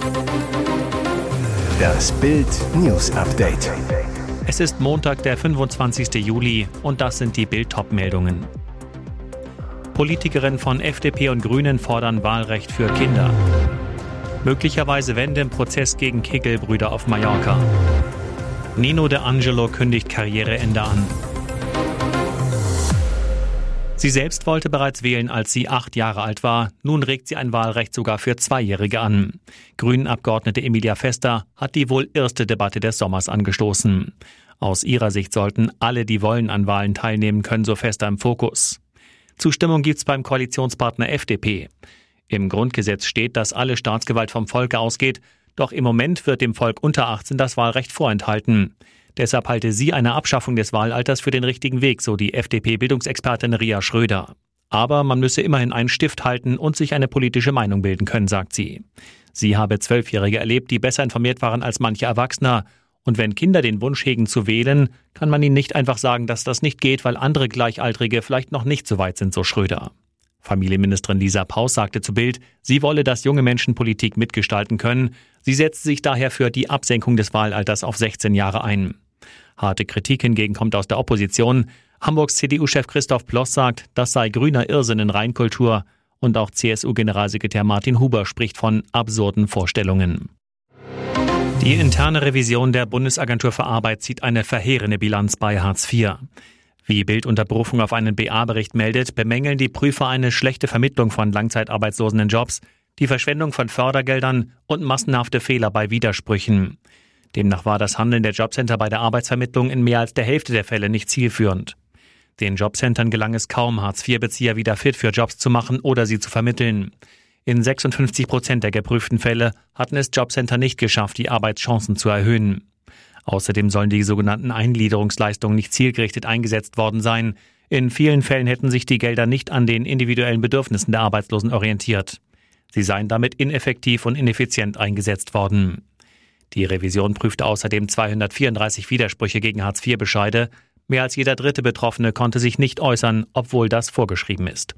Das Bild News Update. Es ist Montag, der 25. Juli und das sind die Bild-Top-Meldungen. Politikerinnen von FDP und Grünen fordern Wahlrecht für Kinder. Möglicherweise Wende im Prozess gegen Kegelbrüder auf Mallorca. Nino D'Angelo kündigt Karriereende an. Sie selbst wollte bereits wählen, als sie 8 Jahre alt war. Nun regt sie ein Wahlrecht sogar für Zweijährige an. Grünen-Abgeordnete Emilia Vester hat die wohl erste Debatte des Sommers angestoßen. Aus ihrer Sicht sollten alle, die wollen, an Wahlen teilnehmen können, so Vester im Fokus. Zustimmung gibt's beim Koalitionspartner FDP. Im Grundgesetz steht, dass alle Staatsgewalt vom Volke ausgeht. Doch im Moment wird dem Volk unter 18 das Wahlrecht vorenthalten. Deshalb halte sie eine Abschaffung des Wahlalters für den richtigen Weg, so die FDP-Bildungsexpertin Ria Schröder. Aber man müsse immerhin einen Stift halten und sich eine politische Meinung bilden können, sagt sie. Sie habe 12-Jährige erlebt, die besser informiert waren als manche Erwachsener. Und wenn Kinder den Wunsch hegen zu wählen, kann man ihnen nicht einfach sagen, dass das nicht geht, weil andere Gleichaltrige vielleicht noch nicht so weit sind, so Schröder. Familienministerin Lisa Paus sagte zu Bild, sie wolle, dass junge Menschen Politik mitgestalten können. Sie setzt sich daher für die Absenkung des Wahlalters auf 16 Jahre ein. Harte Kritik hingegen kommt aus der Opposition. Hamburgs CDU-Chef Christoph Ploss sagt, das sei grüner Irrsinn in Reinkultur. Und auch CSU-Generalsekretär Martin Huber spricht von absurden Vorstellungen. Die interne Revision der Bundesagentur für Arbeit zieht eine verheerende Bilanz bei Hartz IV. Wie Bild unter Berufung auf einen BA-Bericht meldet, bemängeln die Prüfer eine schlechte Vermittlung von Langzeitarbeitslosen in Jobs, die Verschwendung von Fördergeldern und massenhafte Fehler bei Widersprüchen. Demnach war das Handeln der Jobcenter bei der Arbeitsvermittlung in mehr als der Hälfte der Fälle nicht zielführend. Den Jobcentern gelang es kaum, Hartz-IV-Bezieher wieder fit für Jobs zu machen oder sie zu vermitteln. In 56% der geprüften Fälle hatten es Jobcenter nicht geschafft, die Arbeitschancen zu erhöhen. Außerdem sollen die sogenannten Eingliederungsleistungen nicht zielgerichtet eingesetzt worden sein. In vielen Fällen hätten sich die Gelder nicht an den individuellen Bedürfnissen der Arbeitslosen orientiert. Sie seien damit ineffektiv und ineffizient eingesetzt worden. Die Revision prüfte außerdem 234 Widersprüche gegen Hartz-IV-Bescheide. Mehr als jeder dritte Betroffene konnte sich nicht äußern, obwohl das vorgeschrieben ist.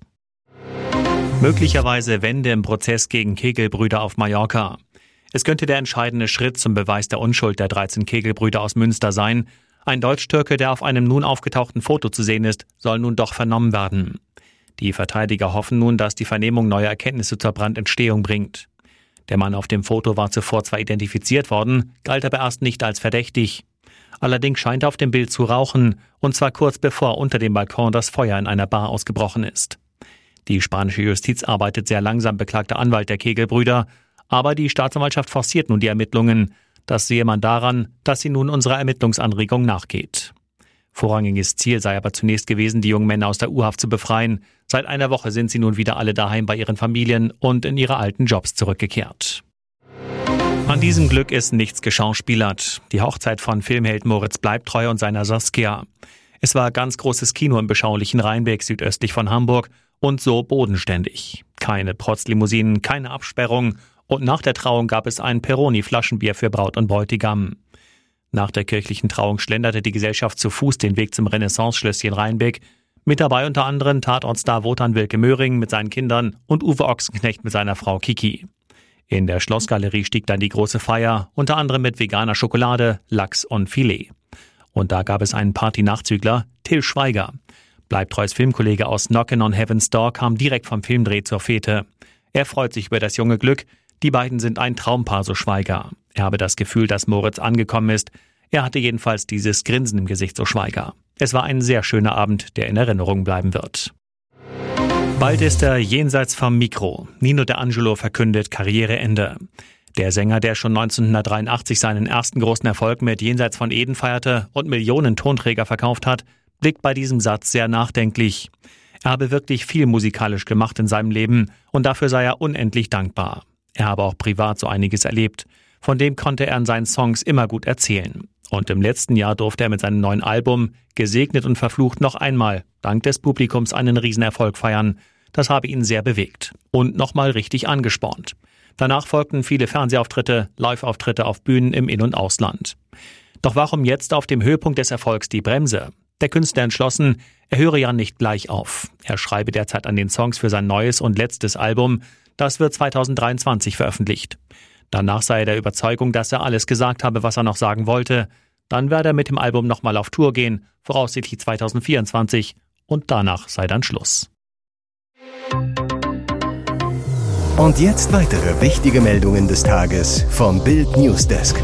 Möglicherweise Wende im Prozess gegen Kegelbrüder auf Mallorca. Es könnte der entscheidende Schritt zum Beweis der Unschuld der 13 Kegelbrüder aus Münster sein. Ein Deutsch-Türke, der auf einem nun aufgetauchten Foto zu sehen ist, soll nun doch vernommen werden. Die Verteidiger hoffen nun, dass die Vernehmung neue Erkenntnisse zur Brandentstehung bringt. Der Mann auf dem Foto war zuvor zwar identifiziert worden, galt aber erst nicht als verdächtig. Allerdings scheint er auf dem Bild zu rauchen, und zwar kurz bevor unter dem Balkon das Feuer in einer Bar ausgebrochen ist. Die spanische Justiz arbeitet sehr langsam, beklagte Anwalt der Kegelbrüder, aber die Staatsanwaltschaft forciert nun die Ermittlungen. Das sehe man daran, dass sie nun unserer Ermittlungsanregung nachgeht. Vorrangiges Ziel sei aber zunächst gewesen, die jungen Männer aus der U-Haft zu befreien. Seit einer Woche sind sie nun wieder alle daheim bei ihren Familien und in ihre alten Jobs zurückgekehrt. An diesem Glück ist nichts geschauspielert. Die Hochzeit von Filmheld Moritz Bleibtreu und seiner Saskia. Es war ganz großes Kino im beschaulichen Rheinbeck südöstlich von Hamburg und so bodenständig. Keine Protzlimousinen, keine Absperrung und nach der Trauung gab es ein Peroni-Flaschenbier für Braut und Bräutigam. Nach der kirchlichen Trauung schlenderte die Gesellschaft zu Fuß den Weg zum Renaissance-Schlösschen Rheinbeck. Mit dabei unter anderem Tatortstar Wotan Wilke Möhring mit seinen Kindern und Uwe Ochsenknecht mit seiner Frau Kiki. In der Schlossgalerie stieg dann die große Feier, unter anderem mit veganer Schokolade, Lachs und Filet. Und da gab es einen Party-Nachzügler, Till Schweiger. Bleibtreus Filmkollege aus Knockin' on Heaven's Door kam direkt vom Filmdreh zur Fete. Er freut sich über das junge Glück. Die beiden sind ein Traumpaar, so Schweiger. Er habe das Gefühl, dass Moritz angekommen ist. Er hatte jedenfalls dieses Grinsen im Gesicht, so Schweiger. Es war ein sehr schöner Abend, der in Erinnerung bleiben wird. Bald ist er jenseits vom Mikro. Nino D'Angelo verkündet Karriereende. Der Sänger, der schon 1983 seinen ersten großen Erfolg mit Jenseits von Eden feierte und Millionen Tonträger verkauft hat, blickt bei diesem Satz sehr nachdenklich. Er habe wirklich viel musikalisch gemacht in seinem Leben und dafür sei er unendlich dankbar. Er habe auch privat so einiges erlebt. Von dem konnte er in seinen Songs immer gut erzählen. Und im letzten Jahr durfte er mit seinem neuen Album Gesegnet und verflucht noch einmal, dank des Publikums, einen Riesenerfolg feiern. Das habe ihn sehr bewegt und nochmal richtig angespornt. Danach folgten viele Fernsehauftritte, Live-Auftritte auf Bühnen im In- und Ausland. Doch warum jetzt auf dem Höhepunkt des Erfolgs die Bremse? Der Künstler entschlossen, er höre ja nicht gleich auf. Er schreibe derzeit an den Songs für sein neues und letztes Album. Das wird 2023 veröffentlicht. Danach sei er der Überzeugung, dass er alles gesagt habe, was er noch sagen wollte. Dann werde er mit dem Album nochmal auf Tour gehen, voraussichtlich 2024. Und danach sei dann Schluss. Und jetzt weitere wichtige Meldungen des Tages vom Bild Newsdesk.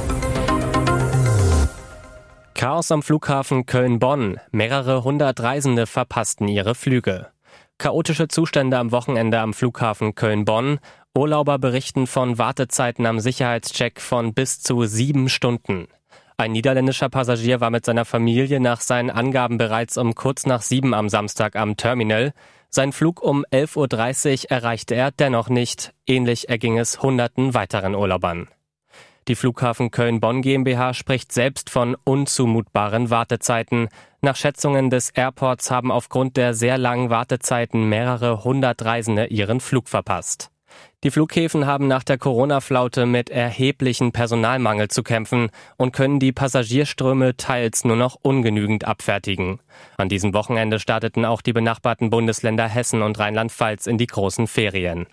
Chaos am Flughafen Köln-Bonn. Mehrere hundert Reisende verpassten ihre Flüge. Chaotische Zustände am Wochenende am Flughafen Köln-Bonn. Urlauber berichten von Wartezeiten am Sicherheitscheck von bis zu 7 Stunden. Ein niederländischer Passagier war mit seiner Familie nach seinen Angaben bereits um kurz nach 7 am Samstag am Terminal. Sein Flug um 11.30 Uhr erreichte er dennoch nicht. Ähnlich erging es hunderten weiteren Urlaubern. Die Flughafen Köln-Bonn GmbH spricht selbst von unzumutbaren Wartezeiten. Nach Schätzungen des Airports haben aufgrund der sehr langen Wartezeiten mehrere hundert Reisende ihren Flug verpasst. Die Flughäfen haben nach der Corona-Flaute mit erheblichem Personalmangel zu kämpfen und können die Passagierströme teils nur noch ungenügend abfertigen. An diesem Wochenende starteten auch die benachbarten Bundesländer Hessen und Rheinland-Pfalz in die großen Ferien.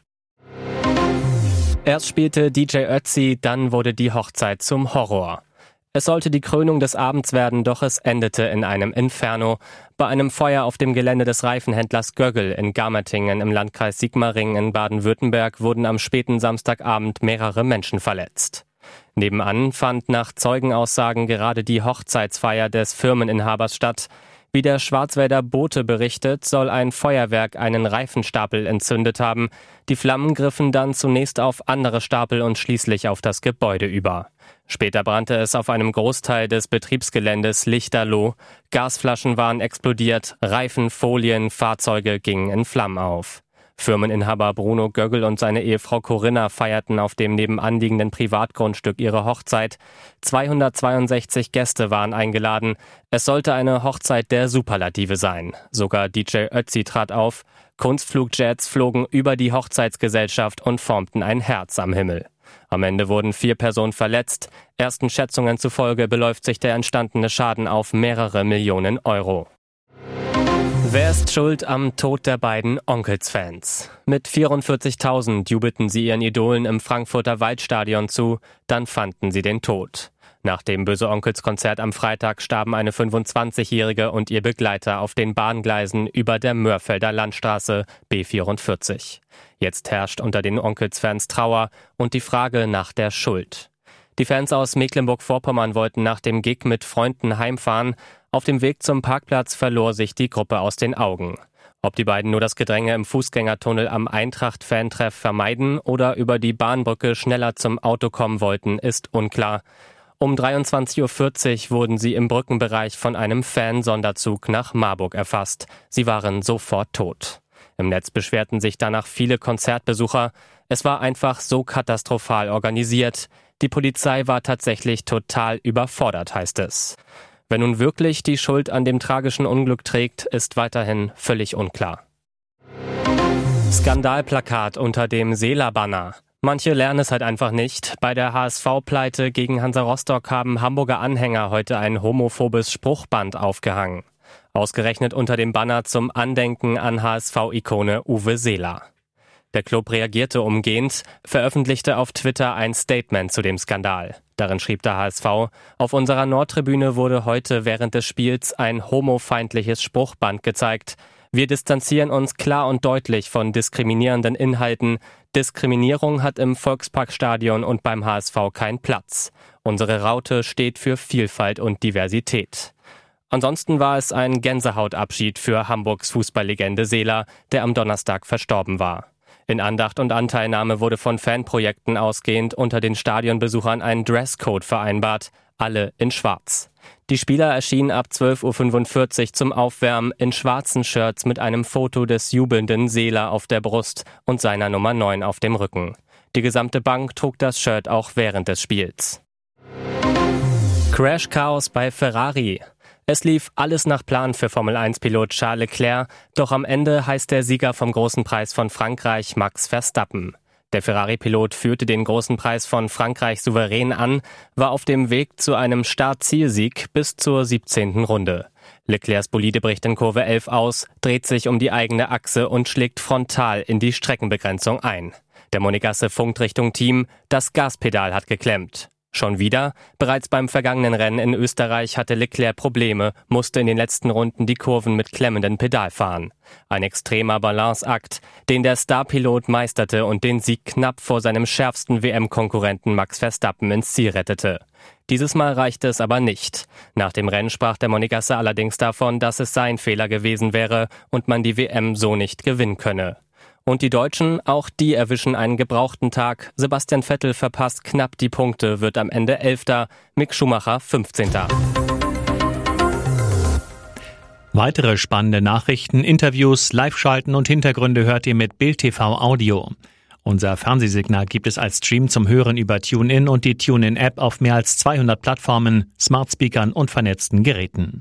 Erst spielte DJ Ötzi, dann wurde die Hochzeit zum Horror. Es sollte die Krönung des Abends werden, doch es endete in einem Inferno. Bei einem Feuer auf dem Gelände des Reifenhändlers Göggel in Garmertingen im Landkreis Sigmaringen in Baden-Württemberg wurden am späten Samstagabend mehrere Menschen verletzt. Nebenan fand nach Zeugenaussagen gerade die Hochzeitsfeier des Firmeninhabers statt. Wie der Schwarzwälder Bote berichtet, soll ein Feuerwerk einen Reifenstapel entzündet haben. Die Flammen griffen dann zunächst auf andere Stapel und schließlich auf das Gebäude über. Später brannte es auf einem Großteil des Betriebsgeländes lichterloh. Gasflaschen waren explodiert, Reifen, Folien, Fahrzeuge gingen in Flammen auf. Firmeninhaber Bruno Göggel und seine Ehefrau Corinna feierten auf dem nebenan liegenden Privatgrundstück ihre Hochzeit. 262 Gäste waren eingeladen. Es sollte eine Hochzeit der Superlative sein. Sogar DJ Ötzi trat auf. Kunstflugjets flogen über die Hochzeitsgesellschaft und formten ein Herz am Himmel. Am Ende wurden 4 Personen verletzt. Ersten Schätzungen zufolge beläuft sich der entstandene Schaden auf mehrere Millionen Euro. Wer ist schuld am Tod der beiden Onkels-Fans? Mit 44.000 jubelten sie ihren Idolen im Frankfurter Waldstadion zu, dann fanden sie den Tod. Nach dem Böse-Onkels-Konzert am Freitag starben eine 25-Jährige und ihr Begleiter auf den Bahngleisen über der Mörfelder Landstraße B44. Jetzt herrscht unter den Onkels-Fans Trauer und die Frage nach der Schuld. Die Fans aus Mecklenburg-Vorpommern wollten nach dem Gig mit Freunden heimfahren. Auf dem Weg zum Parkplatz verlor sich die Gruppe aus den Augen. Ob die beiden nur das Gedränge im Fußgängertunnel am Eintracht-Fantreff vermeiden oder über die Bahnbrücke schneller zum Auto kommen wollten, ist unklar. Um 23.40 Uhr wurden sie im Brückenbereich von einem Fan-Sonderzug nach Marburg erfasst. Sie waren sofort tot. Im Netz beschwerten sich danach viele Konzertbesucher. Es war einfach so katastrophal organisiert. Die Polizei war tatsächlich total überfordert, heißt es. Wer nun wirklich die Schuld an dem tragischen Unglück trägt, ist weiterhin völlig unklar. Skandalplakat unter dem Seeler-Banner. Manche lernen es halt einfach nicht. Bei der HSV-Pleite gegen Hansa Rostock haben Hamburger Anhänger heute ein homophobes Spruchband aufgehangen. Ausgerechnet unter dem Banner zum Andenken an HSV-Ikone Uwe Seeler. Der Club reagierte umgehend, veröffentlichte auf Twitter ein Statement zu dem Skandal. Darin schrieb der HSV, auf unserer Nordtribüne wurde heute während des Spiels ein homofeindliches Spruchband gezeigt. Wir distanzieren uns klar und deutlich von diskriminierenden Inhalten. Diskriminierung hat im Volksparkstadion und beim HSV keinen Platz. Unsere Raute steht für Vielfalt und Diversität. Ansonsten war es ein Gänsehautabschied für Hamburgs Fußballlegende Seeler, der am Donnerstag verstorben war. In Andacht und Anteilnahme wurde von Fanprojekten ausgehend unter den Stadionbesuchern ein Dresscode vereinbart, alle in Schwarz. Die Spieler erschienen ab 12.45 Uhr zum Aufwärmen in schwarzen Shirts mit einem Foto des jubelnden Seeler auf der Brust und seiner Nummer 9 auf dem Rücken. Die gesamte Bank trug das Shirt auch während des Spiels. Crash-Chaos bei Ferrari. Es lief alles nach Plan für Formel-1-Pilot Charles Leclerc, doch am Ende heißt der Sieger vom Großen Preis von Frankreich Max Verstappen. Der Ferrari-Pilot führte den Großen Preis von Frankreich souverän an, war auf dem Weg zu einem Start-Ziel-Sieg bis zur 17. Runde. Leclercs Bolide bricht in Kurve 11 aus, dreht sich um die eigene Achse und schlägt frontal in die Streckenbegrenzung ein. Der Monegasse funkt Richtung Team, das Gaspedal hat geklemmt. Schon wieder? Bereits beim vergangenen Rennen in Österreich hatte Leclerc Probleme, musste in den letzten Runden die Kurven mit klemmendem Pedal fahren. Ein extremer Balanceakt, den der Starpilot meisterte und den Sieg knapp vor seinem schärfsten WM-Konkurrenten Max Verstappen ins Ziel rettete. Dieses Mal reichte es aber nicht. Nach dem Rennen sprach der Monegasse allerdings davon, dass es sein Fehler gewesen wäre und man die WM so nicht gewinnen könne. Und die Deutschen, auch die erwischen einen gebrauchten Tag. Sebastian Vettel verpasst knapp die Punkte, wird am Ende 11. Mick Schumacher 15. Weitere spannende Nachrichten, Interviews, Live-Schalten und Hintergründe hört ihr mit Bild TV Audio. Unser Fernsehsignal gibt es als Stream zum Hören über TuneIn und die TuneIn-App auf mehr als 200 Plattformen, Smartspeakern und vernetzten Geräten.